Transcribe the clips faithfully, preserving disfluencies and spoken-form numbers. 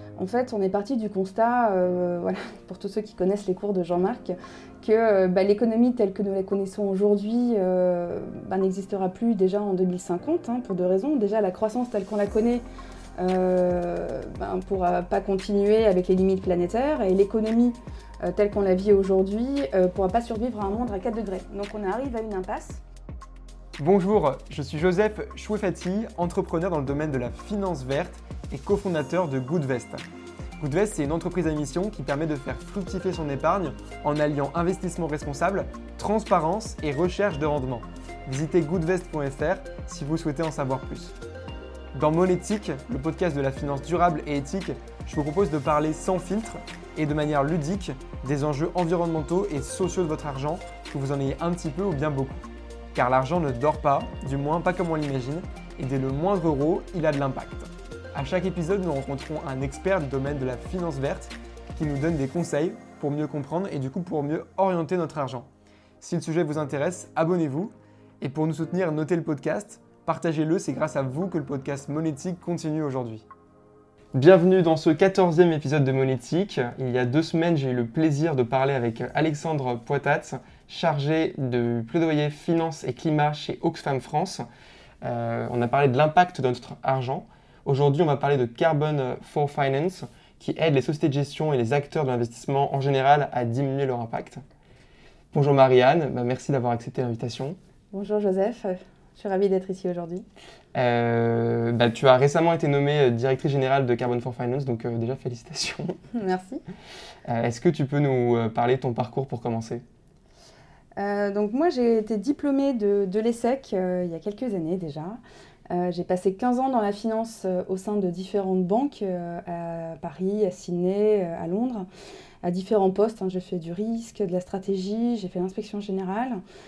En fait, on est parti du constat, euh, voilà, pour tous ceux qui connaissent les cours de Jean-Marc, que euh, bah, l'économie telle que nous la connaissons aujourd'hui euh, bah, n'existera plus déjà en deux mille cinquante, hein, pour deux raisons. Déjà, la croissance telle qu'on la connaît euh, bah, ne pourra pas continuer avec les limites planétaires, et l'économie euh, telle qu'on la vit aujourd'hui ne euh, pourra pas survivre à un monde à quatre degrés. Donc on arrive à une impasse. Bonjour, je suis Joseph Chouefati, entrepreneur dans le domaine de la finance verte et cofondateur de Goodvest. Goodvest, c'est une entreprise à mission qui permet de faire fructifier son épargne en alliant investissement responsable, transparence et recherche de rendement. Visitez goodvest point f r si vous souhaitez en savoir plus. Dans Monétique, le podcast de la finance durable et éthique, je vous propose de parler sans filtre et de manière ludique des enjeux environnementaux et sociaux de votre argent, que vous en ayez un petit peu ou bien beaucoup. Car l'argent ne dort pas, du moins pas comme on l'imagine, et dès le moindre euro, il a de l'impact. À chaque épisode, nous rencontrons un expert du domaine de la finance verte qui nous donne des conseils pour mieux comprendre et du coup pour mieux orienter notre argent. Si le sujet vous intéresse, abonnez-vous. Et pour nous soutenir, notez le podcast, partagez-le, c'est grâce à vous que le podcast Monétique continue aujourd'hui. Bienvenue dans ce quatorzième épisode de Monétique. Il y a deux semaines, j'ai eu le plaisir de parler avec Alexandre Poitat, chargé de plaidoyer finance et climat chez Oxfam France. Euh, on a parlé de l'impact de notre argent. Aujourd'hui, on va parler de Carbon for Finance, qui aide les sociétés de gestion et les acteurs de l'investissement en général à diminuer leur impact. Bonjour Marianne, bah merci d'avoir accepté l'invitation. Bonjour Joseph, je suis ravie d'être ici aujourd'hui. Euh, bah, tu as récemment été nommée directrice générale de Carbon for Finance, donc euh, déjà félicitations. Merci. Euh, est-ce que tu peux nous parler de ton parcours pour commencer ? Euh, donc moi j'ai été diplômée de, de l'ESSEC euh, il y a quelques années déjà. Euh, j'ai passé quinze ans dans la finance euh, au sein de différentes banques euh, à Paris, à Sydney, euh, à Londres, à différents postes. Hein. J'ai fait du risque, de la stratégie, j'ai fait l'inspection générale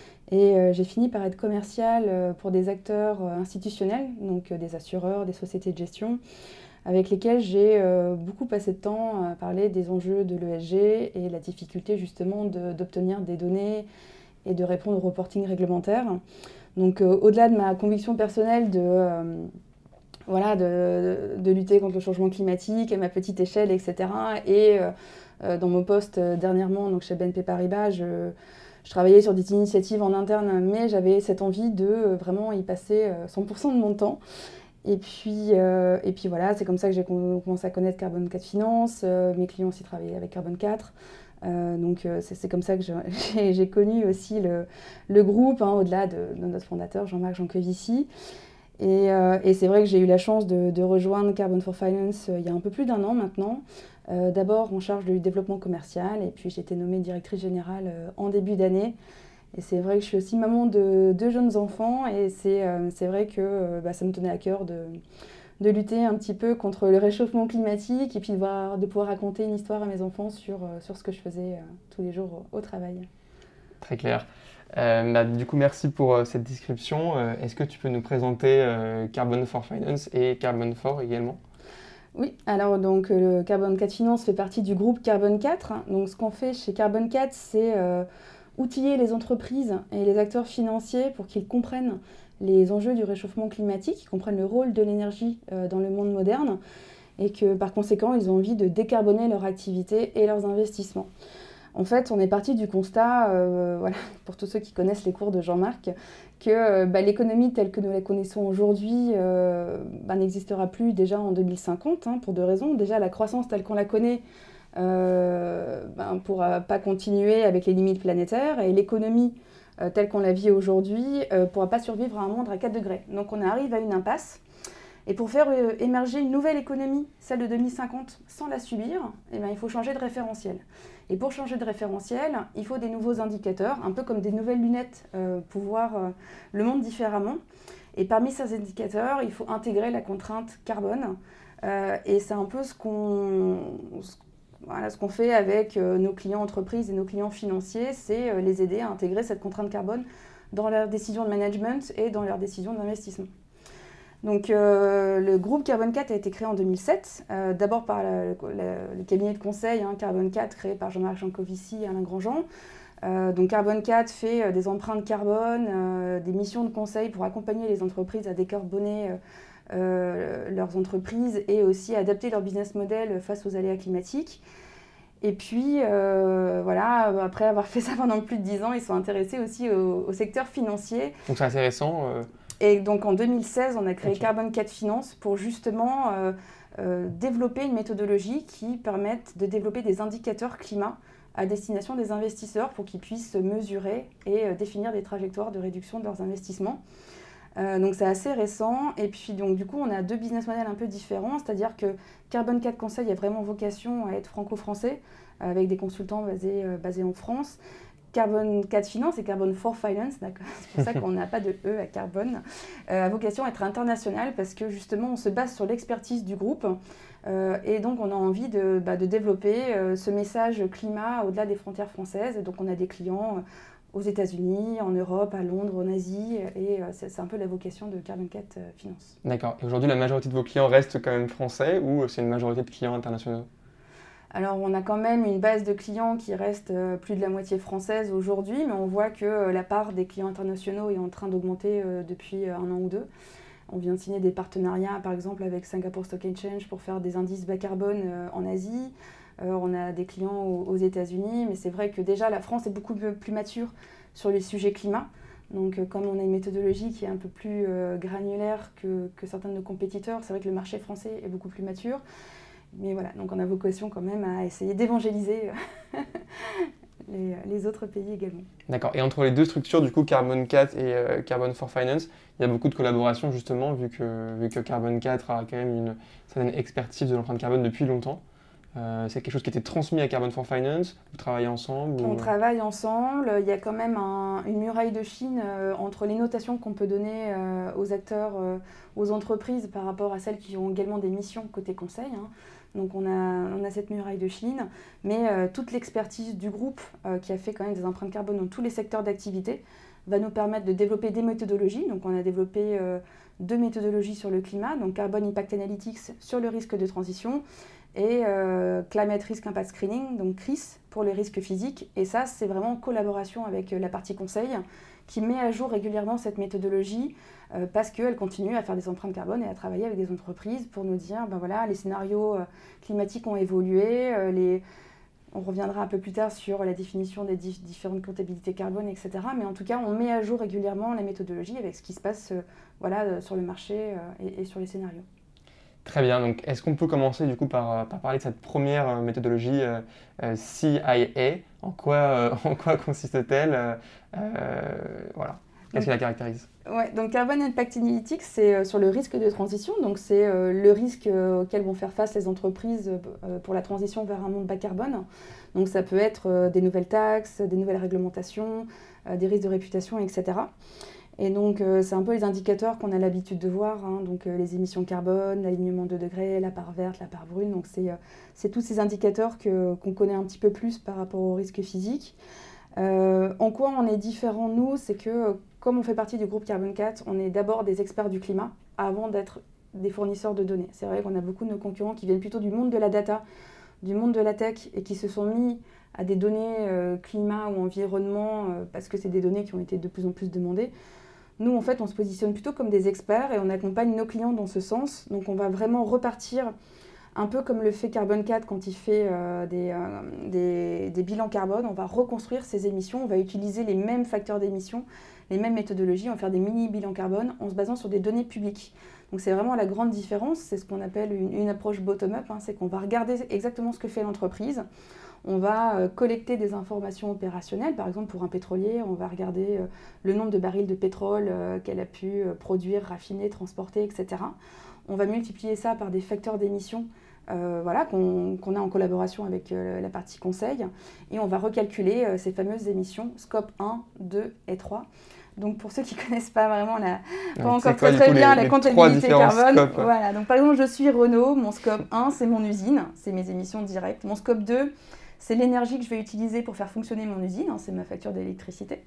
et euh, j'ai fini par être commerciale euh, pour des acteurs euh, institutionnels, donc euh, des assureurs, des sociétés de gestion, avec lesquels j'ai euh, beaucoup passé de temps à parler des enjeux de l'E S G et la difficulté justement de, d'obtenir des données et de répondre au reporting réglementaire. Donc euh, au-delà de ma conviction personnelle de, euh, voilà, de, de, de lutter contre le changement climatique à ma petite échelle, et cetera. Et euh, dans mon poste euh, dernièrement, donc chez B N P Paribas, je, je travaillais sur des initiatives en interne, mais j'avais cette envie de euh, vraiment y passer euh, cent pour cent de mon temps. Et puis, euh, et puis voilà, c'est comme ça que j'ai commencé à connaître Carbon quatre Finance. Euh, mes clients aussi travaillaient avec Carbon quatre. Euh, donc euh, c'est, c'est comme ça que j'ai, j'ai connu aussi le, le groupe, hein, au-delà de, de notre fondateur Jean-Marc Jancovici. Et, euh, et c'est vrai que j'ai eu la chance de, de rejoindre Carbon for Finance euh, il y a un peu plus d'un an maintenant. Euh, d'abord en charge du développement commercial, et puis j'ai été nommée directrice générale euh, en début d'année. Et c'est vrai que je suis aussi maman de deux jeunes enfants, et c'est, euh, c'est vrai que euh, bah, ça me tenait à cœur de, de lutter un petit peu contre le réchauffement climatique, et puis de, voir, de pouvoir raconter une histoire à mes enfants sur, euh, sur ce que je faisais euh, tous les jours au, au travail. Très clair. Euh, bah, du coup, merci pour euh, cette description. Euh, est-ce que tu peux nous présenter euh, Carbon for Finance et Carbon for également ? Oui, alors donc le Carbon quatre Finance fait partie du groupe Carbon quatre. Donc ce qu'on fait chez Carbon quatre, c'est euh, outiller les entreprises et les acteurs financiers pour qu'ils comprennent les enjeux du réchauffement climatique, qu'ils comprennent le rôle de l'énergie euh, dans le monde moderne, et que par conséquent, ils ont envie de décarboner leur activité et leurs investissements. En fait, on est parti du constat, euh, voilà, pour tous ceux qui connaissent les cours de Jean-Marc, que euh, bah, l'économie telle que nous la connaissons aujourd'hui euh, bah, n'existera plus déjà en deux mille cinquante, hein, pour deux raisons. Déjà, la croissance telle qu'on la connaît euh, bah, ne pourra pas continuer avec les limites planétaires, et l'économie euh, telle qu'on la vit aujourd'hui ne euh, pourra pas survivre à un monde à quatre degrés. Donc on arrive à une impasse. Et pour faire euh, émerger une nouvelle économie, celle de deux mille cinquante, sans la subir, eh bien, il faut changer de référentiel. Et pour changer de référentiel, il faut des nouveaux indicateurs, un peu comme des nouvelles lunettes euh, pour voir euh, le monde différemment. Et parmi ces indicateurs, il faut intégrer la contrainte carbone. Euh, et c'est un peu ce qu'on, ce, voilà, ce qu'on fait avec euh, nos clients entreprises et nos clients financiers, c'est euh, les aider à intégrer cette contrainte carbone dans leurs décisions de management et dans leurs décisions d'investissement. Donc, euh, le groupe Carbon quatre a été créé en deux mille sept, euh, d'abord par la, la, le cabinet de conseil hein, Carbon quatre, créé par Jean-Marc Jancovici et Alain Grandjean. Euh, donc Carbone quatre fait euh, des empreintes carbone, euh, des missions de conseil pour accompagner les entreprises à décarboner euh, euh, leurs entreprises et aussi adapter leur business model face aux aléas climatiques. Et puis, euh, voilà, après avoir fait ça pendant plus de dix ans, ils sont intéressés aussi au, au secteur financier. Donc c'est assez récent. Euh... Et donc en deux mille seize, on a créé Okay. Carbone quatre Finance pour justement euh, euh, développer une méthodologie qui permette de développer des indicateurs climat à destination des investisseurs pour qu'ils puissent mesurer et euh, définir des trajectoires de réduction de leurs investissements. Euh, donc c'est assez récent. Et puis donc, du coup, on a deux business models un peu différents, c'est-à-dire que Carbone quatre Conseil a vraiment vocation à être franco-français, euh, avec des consultants basés, euh, basés en France. Carbone quatre Finance et Carbone quatre Finance, d'accord, c'est pour ça qu'on n'a pas de E à Carbone, euh, a vocation à être international parce que justement on se base sur l'expertise du groupe euh, et donc on a envie de, bah, de développer euh, ce message climat au-delà des frontières françaises. Et donc on a des clients aux États-Unis, en Europe, à Londres, en Asie et euh, c'est, c'est un peu la vocation de Carbone quatre Finance. D'accord. Et aujourd'hui la majorité de vos clients restent quand même français ou c'est une majorité de clients internationaux ? Alors, on a quand même une base de clients qui reste euh, plus de la moitié française aujourd'hui, mais on voit que euh, la part des clients internationaux est en train d'augmenter euh, depuis euh, un an ou deux. On vient de signer des partenariats, par exemple, avec Singapore Stock Exchange pour faire des indices bas carbone euh, en Asie. Euh, on a des clients aux, aux États-Unis, mais c'est vrai que déjà, la France est beaucoup plus mature sur les sujets climat. Donc, euh, comme on a une méthodologie qui est un peu plus euh, granulaire que, que certains de nos compétiteurs, c'est vrai que le marché français est beaucoup plus mature. Mais voilà, donc on a vocation quand même à essayer d'évangéliser les, les autres pays également. D'accord. Et entre les deux structures, du coup, Carbone quatre et euh, Carbone quatre Finance, il y a beaucoup de collaboration justement, vu que, vu que Carbone quatre a quand même une certaine expertise de l'empreinte carbone depuis longtemps. Euh, c'est quelque chose qui a été transmis à Carbone quatre Finance. Vous travaillez ensemble ou... On travaille ensemble. Il y a quand même un, une muraille de Chine euh, entre les notations qu'on peut donner euh, aux acteurs, euh, aux entreprises par rapport à celles qui ont également des missions côté conseil. Hein. Donc on a, on a cette muraille de Chine, mais euh, toute l'expertise du groupe euh, qui a fait quand même des empreintes carbone dans tous les secteurs d'activité va nous permettre de développer des méthodologies. Donc on a développé euh, deux méthodologies sur le climat, donc Carbon Impact Analytics sur le risque de transition et euh, Climate Risk Impact Screening, donc C R I S, pour les risques physiques. Et ça, c'est vraiment en collaboration avec la partie conseil qui met à jour régulièrement cette méthodologie euh, parce qu'elle continue à faire des empreintes carbone et à travailler avec des entreprises pour nous dire, ben voilà, les scénarios euh, climatiques ont évolué, euh, les... on reviendra un peu plus tard sur la définition des dif- différentes comptabilités carbone, et cetera. Mais en tout cas, on met à jour régulièrement la méthodologie avec ce qui se passe euh, voilà, euh, sur le marché euh, et, et sur les scénarios. Très bien, donc est-ce qu'on peut commencer du coup par, par parler de cette première euh, méthodologie euh, euh, C I A ? En quoi, euh, en quoi consiste-t-elle euh, euh, voilà. Qu'est-ce qui la caractérise ? Ouais, donc Carbon Impact Analytics, c'est euh, sur le risque de transition. Donc c'est euh, le risque euh, auquel vont faire face les entreprises euh, pour la transition vers un monde bas carbone. Donc ça peut être euh, des nouvelles taxes, des nouvelles réglementations, euh, des risques de réputation, et cetera. Et donc, euh, c'est un peu les indicateurs qu'on a l'habitude de voir, hein, donc euh, les émissions carbone, l'alignement de degrés, la part verte, la part brune. Donc, c'est, euh, c'est tous ces indicateurs que, qu'on connaît un petit peu plus par rapport au risque physique. Euh, en quoi on est différent, nous, c'est que, comme on fait partie du groupe Carbone quatre, on est d'abord des experts du climat avant d'être des fournisseurs de données. C'est vrai qu'on a beaucoup de nos concurrents qui viennent plutôt du monde de la data, du monde de la tech et qui se sont mis à des données euh, climat ou environnement euh, parce que c'est des données qui ont été de plus en plus demandées. Nous, en fait, on se positionne plutôt comme des experts et on accompagne nos clients dans ce sens. Donc, on va vraiment repartir un peu comme le fait Carbone quatre quand il fait euh, des, euh, des, des bilans carbone. On va reconstruire ces émissions, on va utiliser les mêmes facteurs d'émission, les mêmes méthodologies. On va faire des mini-bilans carbone en se basant sur des données publiques. Donc, c'est vraiment la grande différence. C'est ce qu'on appelle une, une approche bottom-up. Hein. C'est qu'on va regarder exactement ce que fait l'entreprise. On va euh, collecter des informations opérationnelles. Par exemple, pour un pétrolier, on va regarder euh, le nombre de barils de pétrole euh, qu'elle a pu euh, produire, raffiner, transporter, et cetera. On va multiplier ça par des facteurs d'émission euh, voilà, qu'on, qu'on a en collaboration avec euh, la partie conseil. Et on va recalculer euh, ces fameuses émissions scope un, deux et trois. Donc pour ceux qui ne connaissent pas vraiment la, pas ouais, encore quoi, très très coup, bien les, la les comptabilité carbone. Scopes, voilà, donc par exemple je suis Renault, mon scope un c'est mon usine, c'est mes émissions directes. Mon scope deux c'est l'énergie que je vais utiliser pour faire fonctionner mon usine, hein, c'est ma facture d'électricité.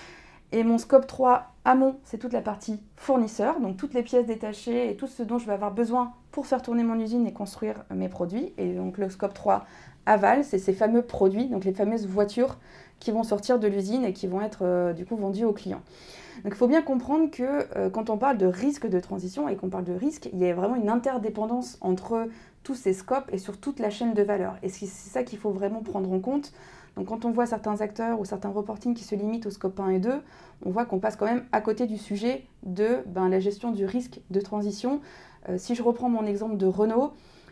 Et mon scope trois amont, c'est toute la partie fournisseur, donc toutes les pièces détachées et tout ce dont je vais avoir besoin pour faire tourner mon usine et construire mes produits. Et donc le scope trois aval, c'est ces fameux produits, donc les fameuses voitures qui vont sortir de l'usine et qui vont être euh, du coup vendus aux clients. Donc il faut bien comprendre que euh, quand on parle de risque de transition et qu'on parle de risque, il y a vraiment une interdépendance entre tous ces scopes et sur toute la chaîne de valeur. Et c'est ça qu'il faut vraiment prendre en compte. Donc quand on voit certains acteurs ou certains reportings qui se limitent au scope un et deux, on voit qu'on passe quand même à côté du sujet de ben, la gestion du risque de transition. Euh, si je reprends mon exemple de Renault,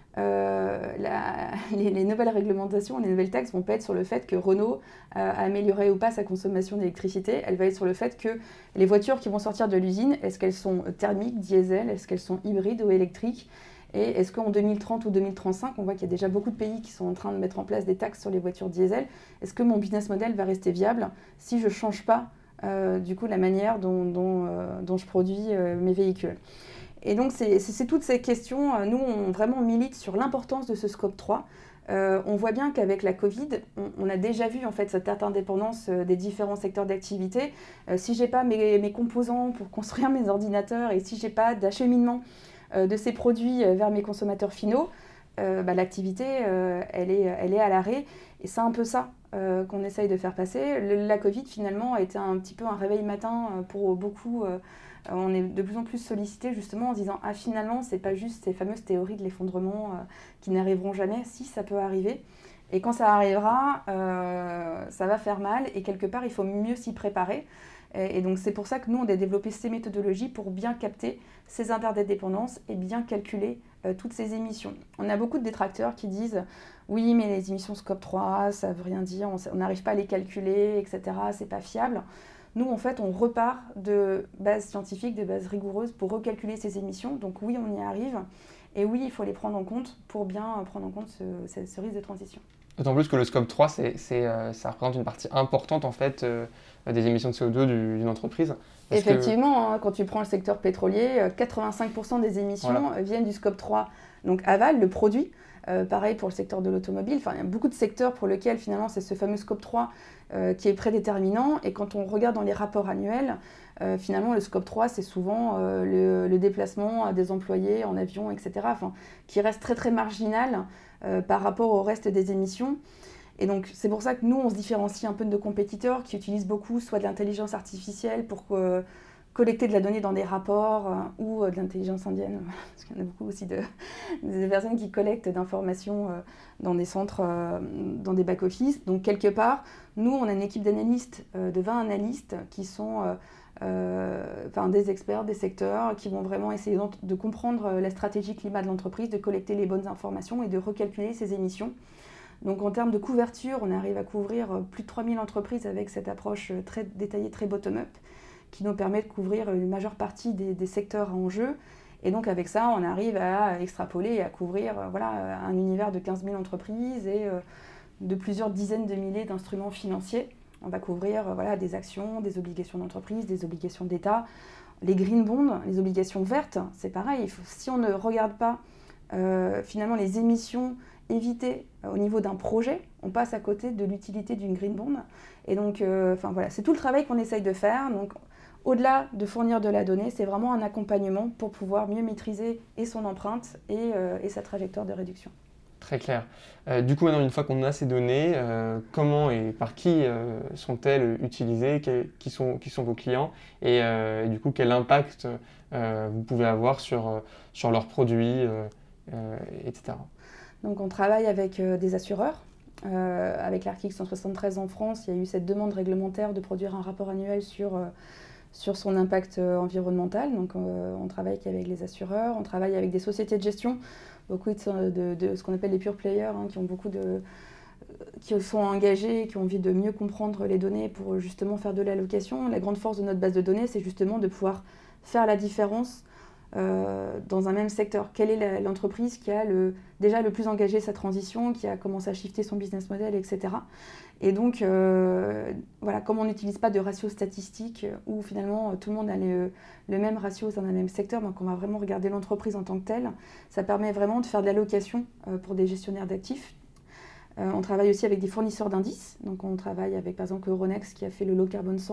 Euh, la, les, les nouvelles réglementations, les nouvelles taxes vont pas être sur le fait que Renault euh, a amélioré ou pas sa consommation d'électricité, elle va être sur le fait que les voitures qui vont sortir de l'usine, est-ce qu'elles sont thermiques, diesel, est-ce qu'elles sont hybrides ou électriques, et est-ce qu'en deux mille trente ou deux mille trente-cinq, on voit qu'il y a déjà beaucoup de pays qui sont en train de mettre en place des taxes sur les voitures diesel, est-ce que mon business model va rester viable si je ne change pas euh, du coup la manière dont, dont, euh, dont je produis euh, mes véhicules. Et donc, c'est, c'est toutes ces questions. Nous, on vraiment milite sur l'importance de ce scope trois. Euh, on voit bien qu'avec la Covid, on, on a déjà vu en fait cette interdépendance euh, des différents secteurs d'activité. Euh, si je n'ai pas mes, mes composants pour construire mes ordinateurs et si je n'ai pas d'acheminement euh, de ces produits vers mes consommateurs finaux, euh, bah, l'activité, euh, elle est, elle est à l'arrêt. Et c'est un peu ça euh, qu'on essaye de faire passer. Le, la Covid, finalement, a été un petit peu un réveil matin pour beaucoup. Euh, on est de plus en plus sollicité justement en se disant « Ah, finalement, c'est pas juste ces fameuses théories de l'effondrement euh, qui n'arriveront jamais. Si, ça peut arriver. Et quand ça arrivera, euh, ça va faire mal. Et quelque part, il faut mieux s'y préparer. Et, et donc, c'est pour ça que nous, on a développé ces méthodologies pour bien capter ces interdépendances et bien calculer euh, toutes ces émissions. On a beaucoup de détracteurs qui disent « Oui, mais les émissions scope trois, ça veut rien dire. On n'arrive pas à les calculer, et cetera. C'est pas fiable. » Nous, en fait, on repart de bases scientifiques, de bases rigoureuses pour recalculer ces émissions. Donc oui, on y arrive. Et oui, il faut les prendre en compte pour bien prendre en compte ce, ce, ce risque de transition. D'autant plus que le scope trois, c'est, c'est, euh, ça représente une partie importante en fait, euh, des émissions de C O deux du, d'une entreprise. Effectivement, que... hein, quand tu prends le secteur pétrolier, quatre-vingt-cinq pour cent des émissions voilà. viennent du scope trois. Donc aval, le produit. Euh, pareil pour le secteur de l'automobile. Enfin, il y a beaucoup de secteurs pour lesquels finalement c'est ce fameux scope trois euh, qui est prédéterminant. Et quand on regarde dans les rapports annuels, euh, finalement le scope trois c'est souvent euh, le, le déplacement des employés en avion, et cetera. Enfin, qui reste très très marginal euh, par rapport au reste des émissions. Et donc c'est pour ça que nous on se différencie un peu de nos compétiteurs qui utilisent beaucoup soit de l'intelligence artificielle pour que collecter de la donnée dans des rapports euh, ou euh, de l'intelligence indienne, parce qu'il y en a beaucoup aussi de, des personnes qui collectent d'informations euh, dans des centres, euh, dans des back-office. Donc quelque part, nous, on a une équipe d'analystes, euh, de vingt analystes qui sont euh, euh, enfin, des experts des secteurs, qui vont vraiment essayer de comprendre la stratégie climat de l'entreprise, de collecter les bonnes informations et de recalculer ces émissions. Donc en termes de couverture, on arrive à couvrir plus de trois mille entreprises avec cette approche très détaillée, très bottom-up, qui nous permet de couvrir une majeure partie des, des secteurs à enjeu. Et donc avec ça, on arrive à extrapoler et à couvrir euh, voilà, un univers de quinze mille entreprises et euh, de plusieurs dizaines de milliers d'instruments financiers. On va couvrir euh, voilà, des actions, des obligations d'entreprise, des obligations d'État, les green bonds, les obligations vertes, c'est pareil. Il faut, si on ne regarde pas euh, finalement les émissions évitées euh, au niveau d'un projet, on passe à côté de l'utilité d'une green bond. Et donc, euh, voilà, c'est tout le travail qu'on essaye de faire. Donc, au-delà de fournir de la donnée, c'est vraiment un accompagnement pour pouvoir mieux maîtriser et son empreinte et, euh, et sa trajectoire de réduction. Très clair. Euh, du coup, maintenant, une fois qu'on a ces données, euh, comment et par qui euh, sont-elles utilisées, quels, qui, sont, qui sont vos clients et, euh, et du coup, quel impact euh, vous pouvez avoir sur, sur leurs produits, euh, euh, et cetera. Donc, on travaille avec euh, des assureurs. Euh, avec l'article cent soixante-treize en France, il y a eu cette demande réglementaire de produire un rapport annuel sur... Euh, sur son impact environnemental. Donc, euh, on travaille avec les assureurs, on travaille avec des sociétés de gestion, beaucoup de, de, de ce qu'on appelle les pure players, hein, qui ont beaucoup de, qui sont engagés, qui ont envie de mieux comprendre les données pour justement faire de l'allocation. La grande force de notre base de données, c'est justement de pouvoir faire la différence euh, dans un même secteur. Quelle est la, l'entreprise qui a le, déjà le plus engagé sa transition, qui a commencé à shifter son business model, et cetera. Et donc, euh, voilà, comme on n'utilise pas de ratio statistique où finalement tout le monde a le, le même ratio dans un même secteur, donc on va vraiment regarder l'entreprise en tant que telle, ça permet vraiment de faire de l'allocation euh, pour des gestionnaires d'actifs. Euh, on travaille aussi avec des fournisseurs d'indices, donc on travaille avec par exemple Euronext qui a fait le Low Carbon cent,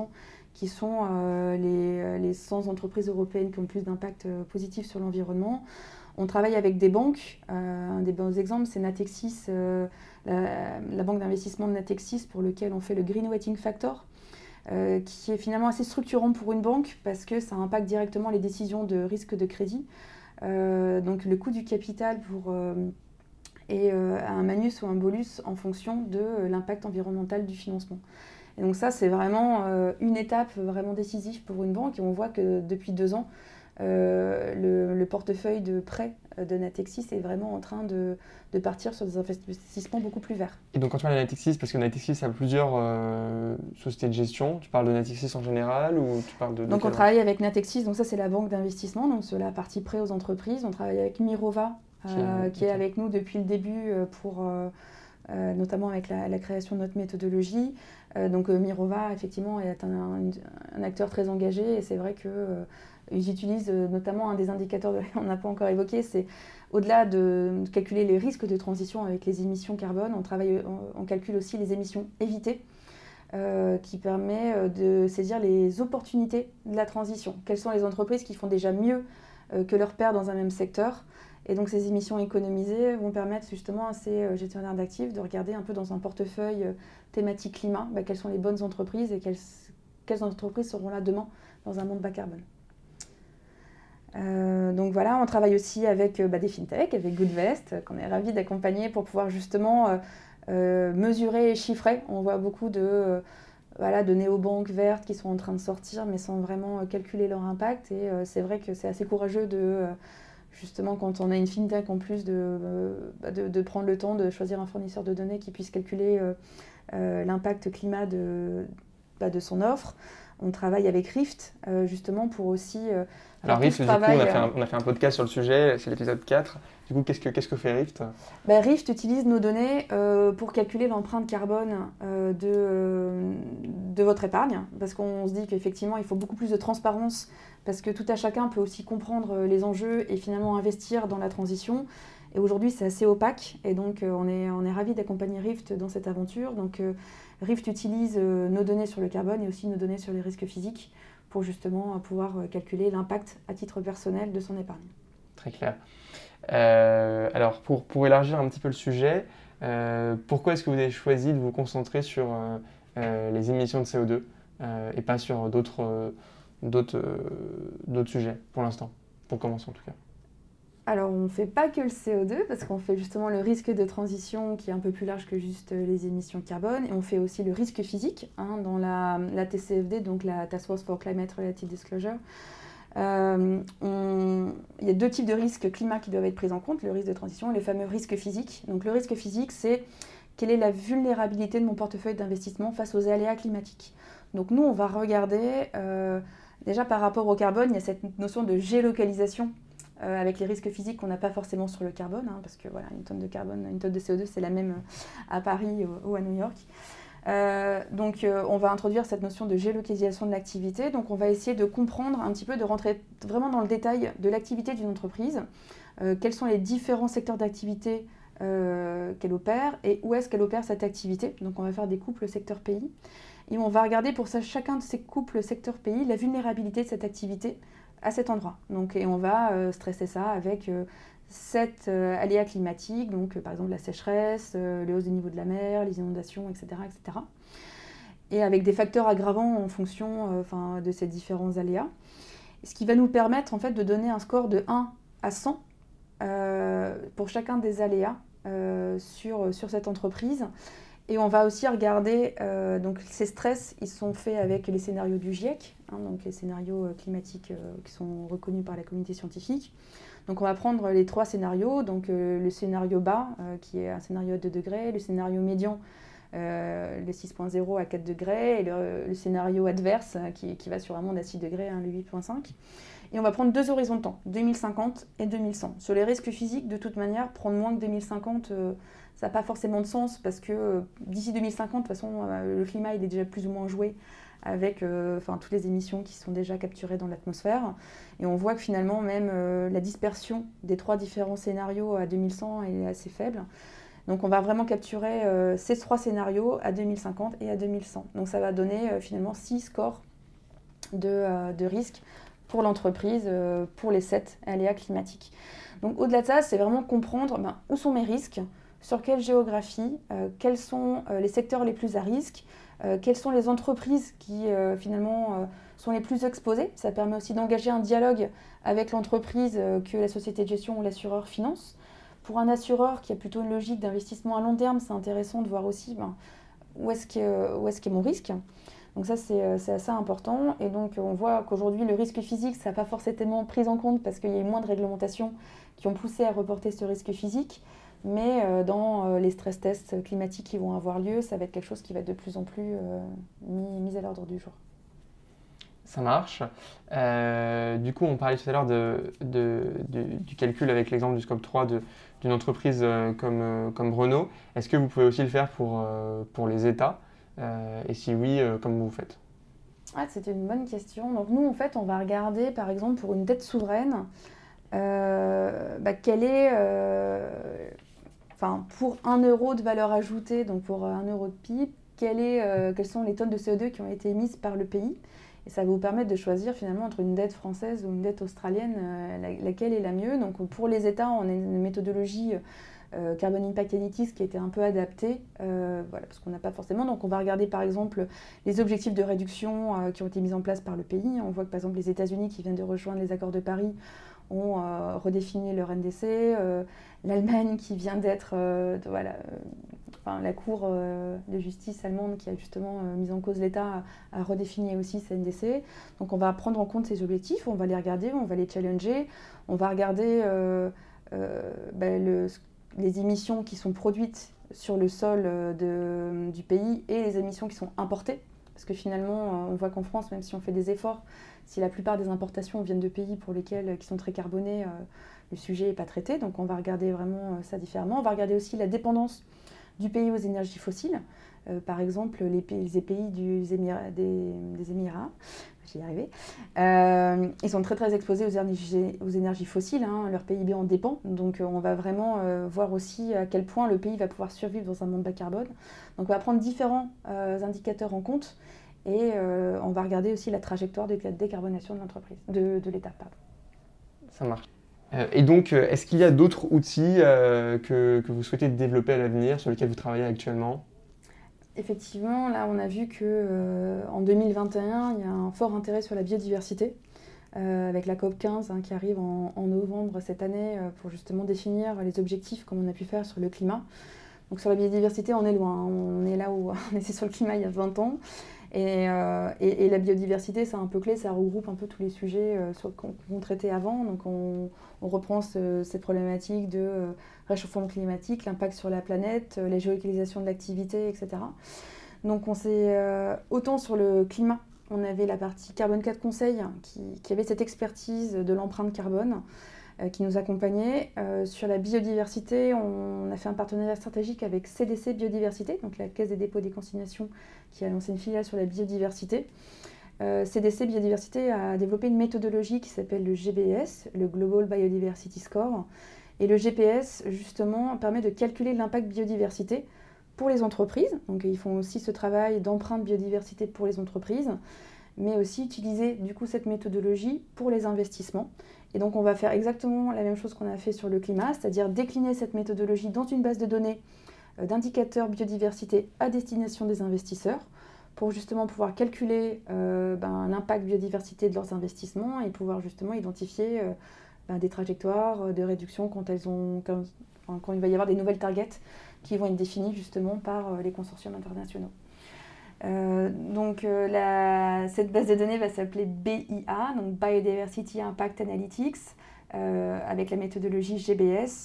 qui sont euh, les, les cent entreprises européennes qui ont le plus d'impact euh, positif sur l'environnement. On travaille avec des banques. Euh, un des bons exemples, c'est Natixis, euh, la, la banque d'investissement de Natixis, pour lequel on fait le Green Weighting Factor, euh, qui est finalement assez structurant pour une banque parce que ça impacte directement les décisions de risque de crédit. Euh, donc le coût du capital pour, euh, est euh, un manus ou un bolus en fonction de euh, l'impact environnemental du financement. Et donc ça, c'est vraiment euh, une étape vraiment décisive pour une banque. Et on voit que depuis deux ans, euh, le, le portefeuille de prêts de Natixis est vraiment en train de, de partir sur des investissements beaucoup plus verts. Et donc quand tu parles de Natixis, parce que Natixis a plusieurs euh, sociétés de gestion, tu parles de Natixis en général ou tu parles de... de donc on travaille avec Natixis, donc ça c'est la banque d'investissement, donc sur la partie prêt aux entreprises. On travaille avec Mirova, euh, qui, qui est avec nous depuis le début pour... Euh, Euh, notamment avec la, la création de notre méthodologie. Euh, donc euh, Mirova, effectivement, est un, un, un acteur très engagé et c'est vrai qu'ils euh, utilisent euh, notamment un des indicateurs qu'on n'a pas encore évoqué, c'est au-delà de, de calculer les risques de transition avec les émissions carbone, on, travaille, on, on calcule aussi les émissions évitées, euh, qui permet euh, de saisir les opportunités de la transition. Quelles sont les entreprises qui font déjà mieux euh, que leurs pairs dans un même secteur ? Et donc ces émissions économisées vont permettre justement à ces gestionnaires d'actifs de regarder un peu dans un portefeuille thématique climat, bah, quelles sont les bonnes entreprises et quelles, quelles entreprises seront là demain dans un monde bas carbone. Euh, donc voilà, on travaille aussi avec bah, des fintechs, avec Goodvest, qu'on est ravis d'accompagner pour pouvoir justement euh, euh, mesurer et chiffrer. On voit beaucoup de, euh, voilà, de néobanques vertes qui sont en train de sortir, mais sans vraiment calculer leur impact. Et euh, c'est vrai que c'est assez courageux de... Euh, justement, quand on a une fintech en plus, de, euh, de, de prendre le temps de choisir un fournisseur de données qui puisse calculer euh, euh, l'impact climat de, bah, de son offre. On travaille avec Rift, euh, justement, pour aussi... Euh, Alors Rift, du travail, coup, on a, fait un, on a fait un podcast sur le sujet, c'est l'épisode quatre. Du coup, qu'est-ce que, qu'est-ce que fait Rift ? bah, Rift utilise nos données euh, pour calculer l'empreinte carbone euh, de, euh, de votre épargne, parce qu'on se dit qu'effectivement, il faut beaucoup plus de transparence, parce que tout à chacun peut aussi comprendre les enjeux et finalement investir dans la transition. Et aujourd'hui, c'est assez opaque, et donc euh, on est, on est ravis d'accompagner Rift dans cette aventure. Donc euh, Rift utilise euh, nos données sur le carbone et aussi nos données sur les risques physiques pour justement pouvoir calculer l'impact à titre personnel de son épargne. Très clair. Euh, alors, pour, pour élargir un petit peu le sujet, euh, pourquoi est-ce que vous avez choisi de vous concentrer sur euh, euh, les émissions de C O deux euh, et pas sur d'autres, euh, d'autres, euh, d'autres sujets pour l'instant, pour commencer en tout cas? Alors, on ne fait pas que le C O deux, parce qu'on fait justement le risque de transition qui est un peu plus large que juste les émissions carbone, et on fait aussi le risque physique hein, dans la, la T C F D, donc la Task Force for Climate Related Disclosure. Euh, on... Il y a deux types de risques climat qui doivent être pris en compte, le risque de transition et les fameux risques physiques. Donc le risque physique, c'est quelle est la vulnérabilité de mon portefeuille d'investissement face aux aléas climatiques. Donc nous, on va regarder, euh, déjà par rapport au carbone, il y a cette notion de géolocalisation euh, avec les risques physiques qu'on n'a pas forcément sur le carbone, hein, parce que voilà, une tonne de carbone, une tonne de C O deux, c'est la même à Paris ou, ou à New York. Euh, donc euh, on va introduire cette notion de géolocalisation de l'activité, donc on va essayer de comprendre un petit peu, de rentrer vraiment dans le détail de l'activité d'une entreprise, euh, quels sont les différents secteurs d'activité euh, qu'elle opère et où est-ce qu'elle opère cette activité. Donc on va faire des couples secteur-pays et on va regarder pour ça, chacun de ces couples secteur-pays la vulnérabilité de cette activité à cet endroit. Donc, et on va euh, stresser ça avec euh, sept euh, aléas climatiques, donc euh, par exemple la sécheresse, euh, les hausses du niveau de la mer, les inondations, et cetera, et cetera. Et avec des facteurs aggravants en fonction euh, de ces différents aléas. Ce qui va nous permettre en fait, de donner un score de un à cent euh, pour chacun des aléas euh, sur, sur cette entreprise. Et on va aussi regarder, euh, donc ces stress, ils sont faits avec les scénarios du GIEC, hein, donc les scénarios climatiques euh, qui sont reconnus par la communauté scientifique. Donc on va prendre les trois scénarios, donc euh, le scénario bas, euh, qui est un scénario à deux degrés, le scénario médian, euh, le six point zéro à quatre degrés, et le, le scénario adverse, qui, qui va sur un monde à six degrés, hein, le huit point cinq. Et on va prendre deux horizons de temps, deux mille cinquante et deux mille cent. Sur les risques physiques, de toute manière, prendre moins que deux mille cinquante, euh, ça n'a pas forcément de sens, parce que euh, d'ici deux mille cinquante, de toute façon, euh, le climat il est déjà plus ou moins joué avec euh, toutes les émissions qui sont déjà capturées dans l'atmosphère. Et on voit que finalement, même euh, la dispersion des trois différents scénarios à deux mille cent est assez faible. Donc on va vraiment capturer euh, ces trois scénarios à deux mille cinquante et à deux mille cent. Donc ça va donner euh, finalement six scores de, euh, de risques pour l'entreprise, euh, pour les sept aléas climatiques. Donc au-delà de ça, c'est vraiment comprendre ben, où sont mes risques, sur quelle géographie, euh, quels sont euh, les secteurs les plus à risque, euh, quelles sont les entreprises qui euh, finalement euh, sont les plus exposées. Ça permet aussi d'engager un dialogue avec l'entreprise euh, que la société de gestion ou l'assureur finance. Pour un assureur qui a plutôt une logique d'investissement à long terme, c'est intéressant de voir aussi ben, où est-ce qu'est, où est-ce qu'est mon risque. Donc ça, c'est, c'est assez important. Et donc, on voit qu'aujourd'hui, le risque physique, ça n'a pas forcément pris en compte parce qu'il y a eu moins de réglementations qui ont poussé à reporter ce risque physique. Mais euh, dans euh, les stress tests climatiques qui vont avoir lieu, ça va être quelque chose qui va être de plus en plus euh, mis, mis à l'ordre du jour. Ça marche. Euh, du coup, on parlait tout à l'heure de, de, de, du calcul avec l'exemple du scope trois de, d'une entreprise euh, comme, euh, comme Renault. Est-ce que vous pouvez aussi le faire pour, euh, pour les États euh, Et si oui, euh, comment vous faites? Ah, c'était une bonne question. Donc nous, en fait, on va regarder, par exemple, pour une dette souveraine, euh, bah, quelle est, euh, enfin, pour un euro de valeur ajoutée, donc pour un euro de P I B, quelle est, euh, quelles sont les tonnes de C O deux qui ont été émises par le pays. Et ça va vous permettre de choisir finalement entre une dette française ou une dette australienne, euh, la- laquelle est la mieux. Donc pour les États, on a une méthodologie euh, Carbon Impact Analytics qui a été un peu adaptée, euh, voilà, parce qu'on n'a pas forcément. Donc on va regarder par exemple les objectifs de réduction euh, qui ont été mis en place par le pays. On voit que par exemple les États-Unis qui viennent de rejoindre les accords de Paris ont euh, redéfini leur N D C, euh, l'Allemagne qui vient d'être, euh, de, voilà, euh, enfin, la Cour euh, de justice allemande qui a justement euh, mis en cause l'État a, a redéfini aussi sa N D C. Donc on va prendre en compte ces objectifs, on va les regarder, on va les challenger, on va regarder euh, euh, ben, le, les émissions qui sont produites sur le sol de, du pays et les émissions qui sont importées. Parce que finalement, on voit qu'en France, même si on fait des efforts, si la plupart des importations viennent de pays pour lesquels, qui sont très carbonés, euh, le sujet n'est pas traité. Donc on va regarder vraiment ça différemment. On va regarder aussi la dépendance du pays aux énergies fossiles. Euh, par exemple, les pays, les pays du, Émira, des, des Émirats, j'y ai arrivé, euh, ils sont très très exposés aux énergies, aux énergies fossiles, hein, leur P I B en dépend, donc euh, on va vraiment euh, voir aussi à quel point le pays va pouvoir survivre dans un monde bas carbone. Donc on va prendre différents euh, indicateurs en compte et euh, on va regarder aussi la trajectoire de la décarbonation de l'entreprise, de, de l'État. Pardon. Ça marche. Euh, et donc, euh, est-ce qu'il y a d'autres outils euh, que, que vous souhaitez développer à l'avenir, sur lesquels vous travaillez actuellement? Effectivement, là, on a vu qu'en euh, deux mille vingt et un, il y a un fort intérêt sur la biodiversité, euh, avec la COP quinze hein, qui arrive en, en novembre cette année euh, pour justement définir les objectifs comme on a pu faire sur le climat. Donc sur la biodiversité, on est loin, hein. On est là où on était sur le climat il y a vingt ans. Et, euh, et, et la biodiversité, c'est un peu clé, ça regroupe un peu tous les sujets euh, sur, qu'on, qu'on traitait avant. Donc on, on reprend ce, cette problématique de euh, réchauffement climatique, l'impact sur la planète, euh, la géolocalisation de l'activité, et cetera. Donc on s'est euh, autant sur le climat, on avait la partie Carbone quatre Conseil qui, qui avait cette expertise de l'empreinte carbone euh, qui nous accompagnait. Euh, sur la biodiversité, on a fait un partenariat stratégique avec C D C Biodiversité, donc la Caisse des dépôts et des consignations qui a lancé une filiale sur la biodiversité. Euh, C D C Biodiversité a développé une méthodologie qui s'appelle le G B S, le Global Biodiversity Score. Et le G P S, justement, permet de calculer l'impact biodiversité pour les entreprises. Donc ils font aussi ce travail d'empreinte biodiversité pour les entreprises, mais aussi utiliser du coup cette méthodologie pour les investissements. Et donc on va faire exactement la même chose qu'on a fait sur le climat, c'est-à-dire décliner cette méthodologie dans une base de données d'indicateurs biodiversité à destination des investisseurs pour justement pouvoir calculer euh, ben, l'impact biodiversité de leurs investissements et pouvoir justement identifier euh, ben, des trajectoires de réduction quand, elles ont, quand, enfin, quand il va y avoir des nouvelles targets qui vont être définies justement par euh, les consortiums internationaux. Euh, donc euh, la, cette base de données va s'appeler B I A, donc Biodiversity Impact Analytics, euh, avec la méthodologie G B S.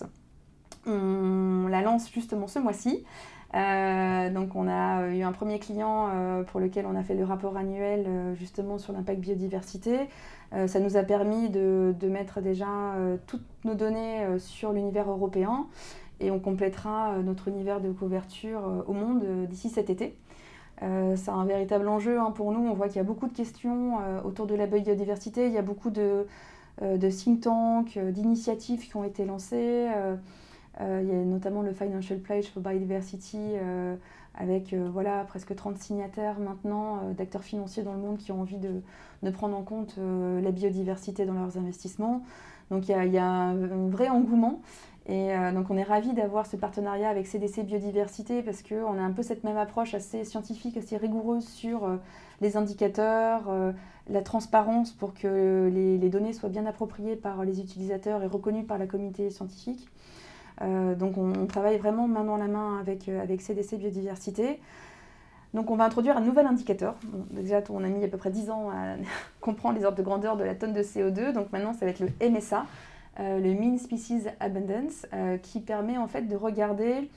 On la lance justement ce mois-ci. Euh, donc on a eu un premier client euh, pour lequel on a fait le rapport annuel euh, justement sur l'impact biodiversité. Euh, ça nous a permis de, de mettre déjà euh, toutes nos données euh, sur l'univers européen et on complétera euh, notre univers de couverture euh, au monde euh, d'ici cet été. Euh, c'est un véritable enjeu hein, pour nous. On voit qu'il y a beaucoup de questions euh, autour de la biodiversité. Il y a beaucoup de, euh, de think tanks, euh, d'initiatives qui ont été lancées. Euh, euh, il y a notamment le Financial Pledge for Biodiversity euh, avec euh, voilà, presque trente signataires maintenant euh, d'acteurs financiers dans le monde qui ont envie de, de prendre en compte euh, la biodiversité dans leurs investissements. Donc il y a, y a un vrai engouement. Et euh, donc on est ravis d'avoir ce partenariat avec C D C Biodiversité parce qu'on a un peu cette même approche assez scientifique, assez rigoureuse sur euh, les indicateurs, euh, la transparence pour que les, les données soient bien appropriées par les utilisateurs et reconnues par la communauté scientifique. Euh, donc on, on travaille vraiment main dans la main avec, euh, avec C D C Biodiversité. Donc on va introduire un nouvel indicateur. Bon, déjà on a mis à peu près dix ans à comprendre les ordres de grandeur de la tonne de C O deux, donc maintenant ça va être le M S A. Euh, le Mean Species Abundance, euh, qui permet en fait de regarder,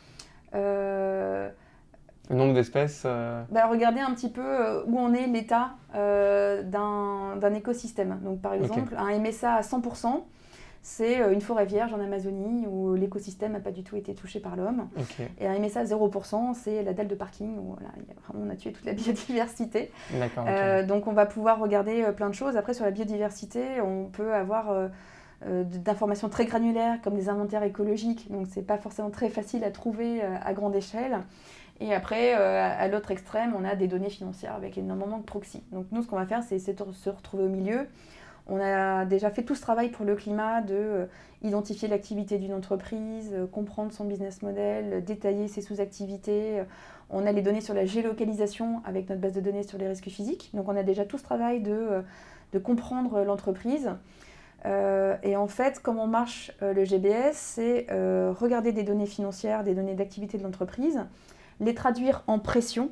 euh, le nombre d'espèces. Euh... bah, regarder un petit peu euh, où en est l'état euh, d'un, d'un écosystème. Donc par exemple, okay. un M S A à cent pour cent, c'est une forêt vierge en Amazonie où l'écosystème n'a pas du tout été touché par l'homme. Okay. Et un M S A à zéro pour cent, c'est la dalle de parking où voilà, y a vraiment, on a tué toute la biodiversité. D'accord, euh, okay. Donc on va pouvoir regarder euh, plein de choses. Après sur la biodiversité, on peut avoir euh, euh, d'informations très granulaires comme des inventaires écologiques. Donc c'est pas forcément très facile à trouver euh, à grande échelle. Et après, euh, à l'autre extrême, on a des données financières avec énormément de proxy. Donc nous, ce qu'on va faire, c'est essayer de se retrouver au milieu. On a déjà fait tout ce travail pour le climat, de euh, identifier l'activité d'une entreprise, euh, comprendre son business model, euh, détailler ses sous-activités. On a les données sur la géolocalisation avec notre base de données sur les risques physiques. Donc on a déjà tout ce travail de, euh, de comprendre l'entreprise. Euh, et en fait, comment marche euh, le G B S, c'est euh, regarder des données financières, des données d'activité de l'entreprise, les traduire en pression.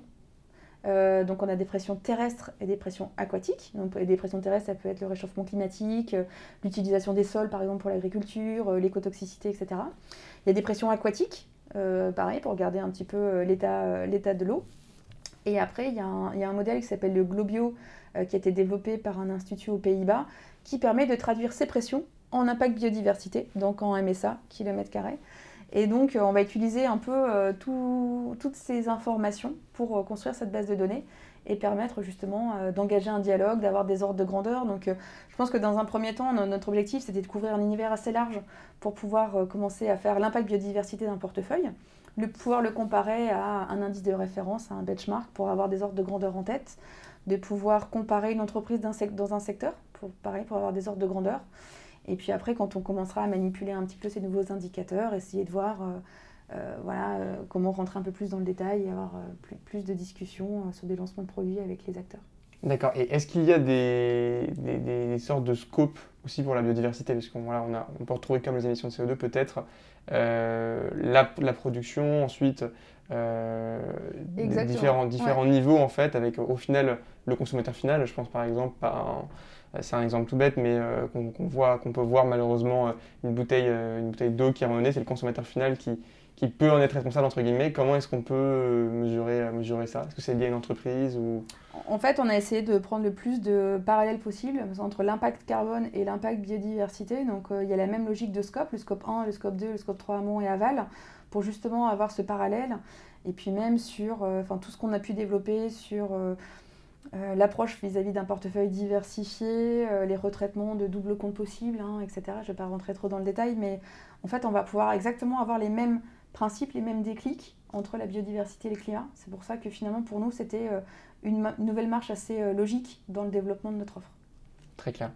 Euh, donc on a des pressions terrestres et des pressions aquatiques. Donc, des pressions terrestres, ça peut être le réchauffement climatique, euh, l'utilisation des sols par exemple pour l'agriculture, euh, l'écotoxicité, et cetera. Il y a des pressions aquatiques, euh, pareil, pour regarder un petit peu euh, l'état, euh, l'état de l'eau. Et après, il y, a un, il y a un modèle qui s'appelle le Globio, euh, qui a été développé par un institut aux Pays-Bas, qui permet de traduire ces pressions en impact biodiversité, donc en M S A, kilomètre carré. Et donc, euh, on va utiliser un peu euh, tout, toutes ces informations pour euh, construire cette base de données et permettre justement euh, d'engager un dialogue, d'avoir des ordres de grandeur. Donc, euh, je pense que dans un premier temps, notre objectif, c'était de couvrir un univers assez large pour pouvoir euh, commencer à faire l'impact biodiversité d'un portefeuille, le, pouvoir le comparer à un indice de référence, à un benchmark pour avoir des ordres de grandeur en tête, de pouvoir comparer une entreprise d'un sec- dans un secteur, pour, pareil, pour avoir des ordres de grandeur. Et puis après, quand on commencera à manipuler un petit peu ces nouveaux indicateurs, essayer de voir euh, euh, voilà, euh, comment rentrer un peu plus dans le détail et avoir euh, plus, plus de discussions euh, sur des lancements de produits avec les acteurs. D'accord. Et est-ce qu'il y a des, des, des sortes de scopes aussi pour la biodiversité? Parce qu'on voilà, on a, on peut retrouver comme les émissions de C O deux peut-être euh, la, la production, ensuite euh, des différents, différents ouais. niveaux en fait, avec au final le consommateur final. Je pense par exemple à un, c'est un exemple tout bête, mais euh, qu'on, qu'on, voit, qu'on peut voir malheureusement une bouteille, euh, une bouteille d'eau qui est abandonnée, c'est le consommateur final qui, qui peut en être responsable, entre guillemets. Comment est-ce qu'on peut mesurer, mesurer ça? Est-ce que c'est lié à une entreprise ou... En fait, on a essayé de prendre le plus de parallèles possible entre l'impact carbone et l'impact biodiversité. Donc, euh, il y a la même logique de scope, le scope un, le scope deux, le scope trois amont et aval, pour justement avoir ce parallèle. Et puis même sur euh, tout ce qu'on a pu développer sur... Euh, Euh, l'approche vis-à-vis d'un portefeuille diversifié, euh, les retraitements de double compte possibles, hein, et cetera. Je ne vais pas rentrer trop dans le détail, mais en fait, on va pouvoir exactement avoir les mêmes principes, les mêmes déclics entre la biodiversité et le climat. C'est pour ça que finalement, pour nous, c'était euh, une, ma- une nouvelle marche assez euh, logique dans le développement de notre offre. Très clair.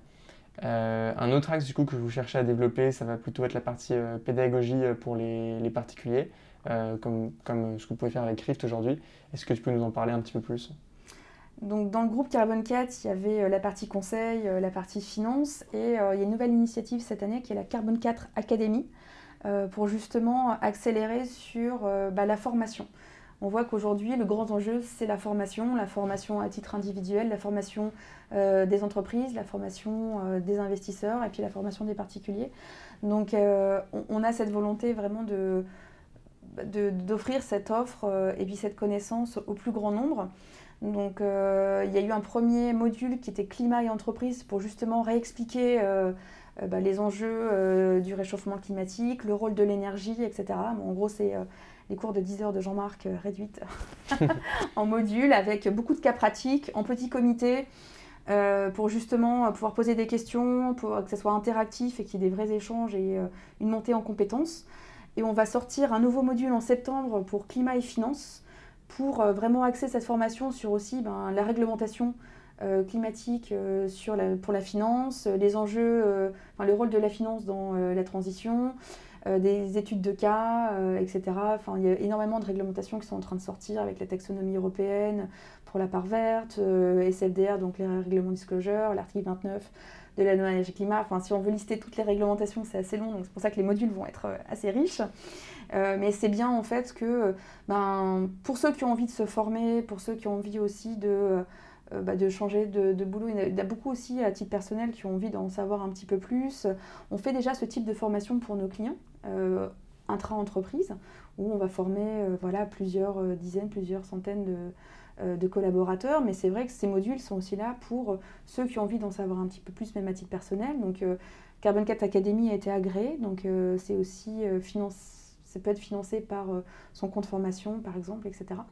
Euh, un autre axe du coup que vous cherchez à développer, ça va plutôt être la partie euh, pédagogie pour les, les particuliers, euh, comme, comme ce que vous pouvez faire avec Rift aujourd'hui. Est-ce que tu peux nous en parler un petit peu plus ? Donc, dans le groupe Carbone quatre, il y avait euh, la partie conseil, euh, la partie finance, et euh, il y a une nouvelle initiative cette année qui est la Carbone quatre Academy, euh, pour justement accélérer sur euh, bah, la formation. On voit qu'aujourd'hui, le grand enjeu, c'est la formation, la formation à titre individuel, la formation euh, des entreprises, la formation euh, des investisseurs et puis la formation des particuliers. Donc, euh, on, on a cette volonté vraiment de, de, d'offrir cette offre euh, et puis cette connaissance au plus grand nombre. Donc, euh, il y a eu un premier module qui était climat et entreprise pour justement réexpliquer euh, euh, bah, les enjeux euh, du réchauffement climatique, le rôle de l'énergie, et cetera. Bon, en gros, c'est euh, les cours de dix heures de Jean-Marc euh, réduites en module avec beaucoup de cas pratiques, en petit comité, euh, pour justement pouvoir poser des questions, pour que ce soit interactif et qu'il y ait des vrais échanges et euh, une montée en compétences. Et on va sortir un nouveau module en septembre pour climat et finances, pour euh, vraiment axer cette formation sur aussi ben, la réglementation euh, climatique euh, sur la, pour la finance, les enjeux, euh, enfin, le rôle de la finance dans euh, la transition, euh, des études de cas, euh, et cetera. Enfin, il y a énormément de réglementations qui sont en train de sortir avec la taxonomie européenne pour la part verte, euh, S F D R, donc les règlements disclosure, l'article vingt-neuf de la loi énergie climat. Enfin, si on veut lister toutes les réglementations, c'est assez long, donc c'est pour ça que les modules vont être assez riches. Euh, mais c'est bien en fait que ben, pour ceux qui ont envie de se former, pour ceux qui ont envie aussi de, euh, bah, de changer de, de boulot, il y a beaucoup aussi à titre personnel qui ont envie d'en savoir un petit peu plus. On fait déjà ce type de formation pour nos clients, euh, intra-entreprise, où on va former euh, voilà, plusieurs euh, dizaines, plusieurs centaines de, euh, de collaborateurs. Mais c'est vrai que ces modules sont aussi là pour ceux qui ont envie d'en savoir un petit peu plus, même à titre personnel. Donc euh, Carbon quatre Academy a été agréé, donc euh, c'est aussi euh, financé. Ça peut être financé par euh, son compte formation, par exemple, et cetera.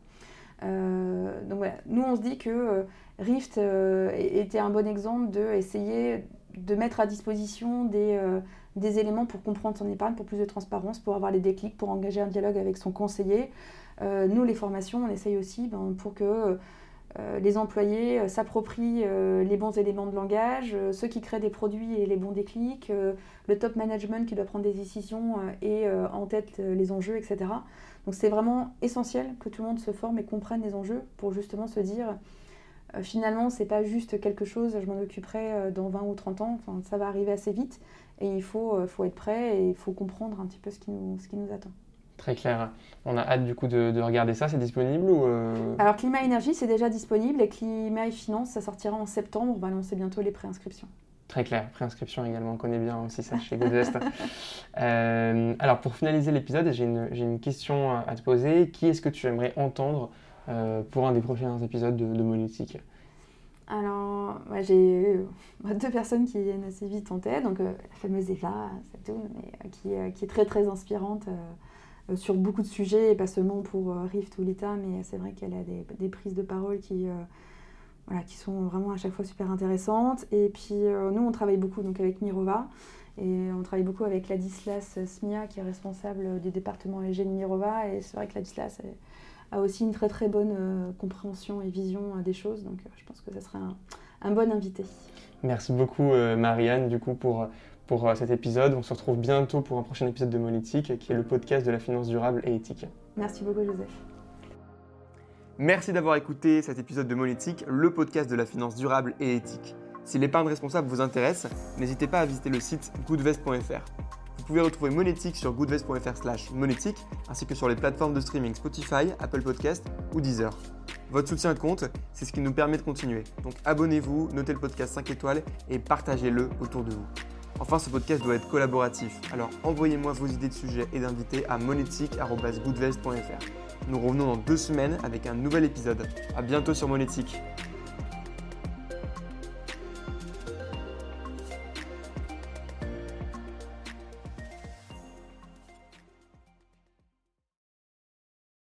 Euh, donc voilà, nous on se dit que euh, Rift euh, était un bon exemple d'essayer de mettre à disposition des, euh, des éléments pour comprendre son épargne, pour plus de transparence, pour avoir les déclics, pour engager un dialogue avec son conseiller. Euh, nous, les formations, on essaye aussi ben, pour que euh, les employés euh, s'approprient euh, les bons éléments de langage, euh, ceux qui créent des produits et les bons déclics, euh, le top management qui doit prendre des décisions euh, et euh, en tête euh, les enjeux, et cetera. Donc c'est vraiment essentiel que tout le monde se forme et comprenne les enjeux pour justement se dire euh, finalement c'est pas juste quelque chose, je m'en occuperai euh, dans vingt ou trente ans, enfin, ça va arriver assez vite et il faut, euh, faut être prêt et il faut comprendre un petit peu ce qui nous, ce qui nous attend. Très clair. On a hâte du coup de, de regarder ça. C'est disponible ou euh... Alors Climat Énergie, c'est déjà disponible et Climat et Finance, ça sortira en septembre. On va lancer bientôt les préinscriptions. Très clair. Préinscription également. On connaît bien aussi ça chez Goodvest. euh, alors pour finaliser l'épisode, j'ai une, j'ai une question à te poser. Qui est-ce que tu aimerais entendre euh, pour un des prochains épisodes de, de Monétique ? Alors, ouais, j'ai eu deux personnes qui viennent assez vite en tête. Donc euh, la fameuse Eva Satoun, mais, euh, qui, euh, qui est très très inspirante. Euh, sur beaucoup de sujets, et pas seulement pour euh, Rift ou Lita, mais c'est vrai qu'elle a des, des prises de parole qui, euh, voilà, qui sont vraiment à chaque fois super intéressantes. Et puis euh, nous, on travaille beaucoup donc, avec Mirova, et on travaille beaucoup avec Ladislas Smia, qui est responsable du département E G de Mirova, et c'est vrai que Ladislas a aussi une très très bonne euh, compréhension et vision euh, des choses, donc euh, je pense que ça serait un, un bon invité. Merci beaucoup euh, Marianne, du coup, pour... pour cet épisode. On se retrouve bientôt pour un prochain épisode de Monétique, qui est le podcast de la finance durable et éthique. Merci beaucoup, Joseph. Merci d'avoir écouté cet épisode de Monétique, le podcast de la finance durable et éthique. Si l'épargne responsable vous intéresse, n'hésitez pas à visiter le site goodvest point f r. Vous pouvez retrouver Monétique sur goodvest point f r slash monétique, ainsi que sur les plateformes de streaming Spotify, Apple Podcast ou Deezer. Votre soutien compte, c'est ce qui nous permet de continuer. Donc abonnez-vous, notez le podcast cinq étoiles et partagez-le autour de vous. Enfin, ce podcast doit être collaboratif, alors envoyez-moi vos idées de sujets et d'invités à monétique arobase goodvest point f r. Nous revenons dans deux semaines avec un nouvel épisode. À bientôt sur Monétique.